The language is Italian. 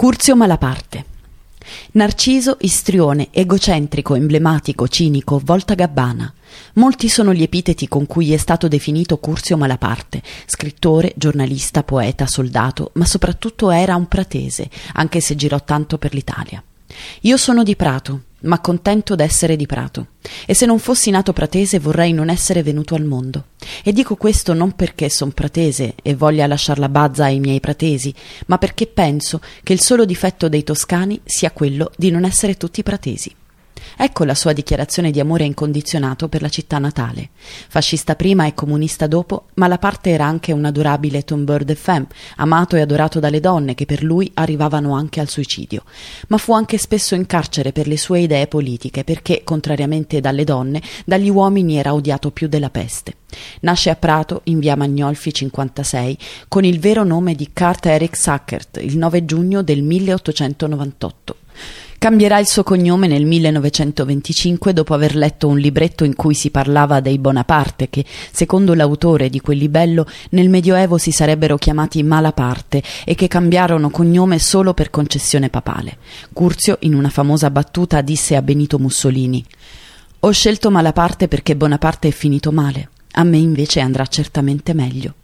Curzio Malaparte. Narciso, istrione, egocentrico, emblematico, cinico, voltagabbana. Molti sono gli epiteti con cui è stato definito Curzio Malaparte, scrittore, giornalista, poeta, soldato, ma soprattutto era un pratese, anche se girò tanto per l'Italia. Io sono di Prato, ma contento d'essere di Prato, e se non fossi nato pratese vorrei non essere venuto al mondo. E dico questo non perché son pratese e voglia lasciar la bazza ai miei pratesi, ma perché penso che il solo difetto dei toscani sia quello di non essere tutti pratesi. Ecco la sua dichiarazione di amore incondizionato per la città natale. Fascista prima e comunista dopo, Malaparte era anche un adorabile tombeur de femme, amato e adorato dalle donne che per lui arrivavano anche al suicidio. Ma fu anche spesso in carcere per le sue idee politiche, perché, contrariamente dalle donne, dagli uomini era odiato più della peste. Nasce a Prato, in via Magnolfi 56, con il vero nome di Carl Erik Sackert, il 9 giugno del 1898. Cambierà il suo cognome nel 1925 dopo aver letto un libretto in cui si parlava dei Bonaparte che, secondo l'autore di quel libello, nel Medioevo si sarebbero chiamati Malaparte e che cambiarono cognome solo per concessione papale. Curzio, in una famosa battuta, disse a Benito Mussolini: «Ho scelto Malaparte perché Bonaparte è finito male, a me invece andrà certamente meglio».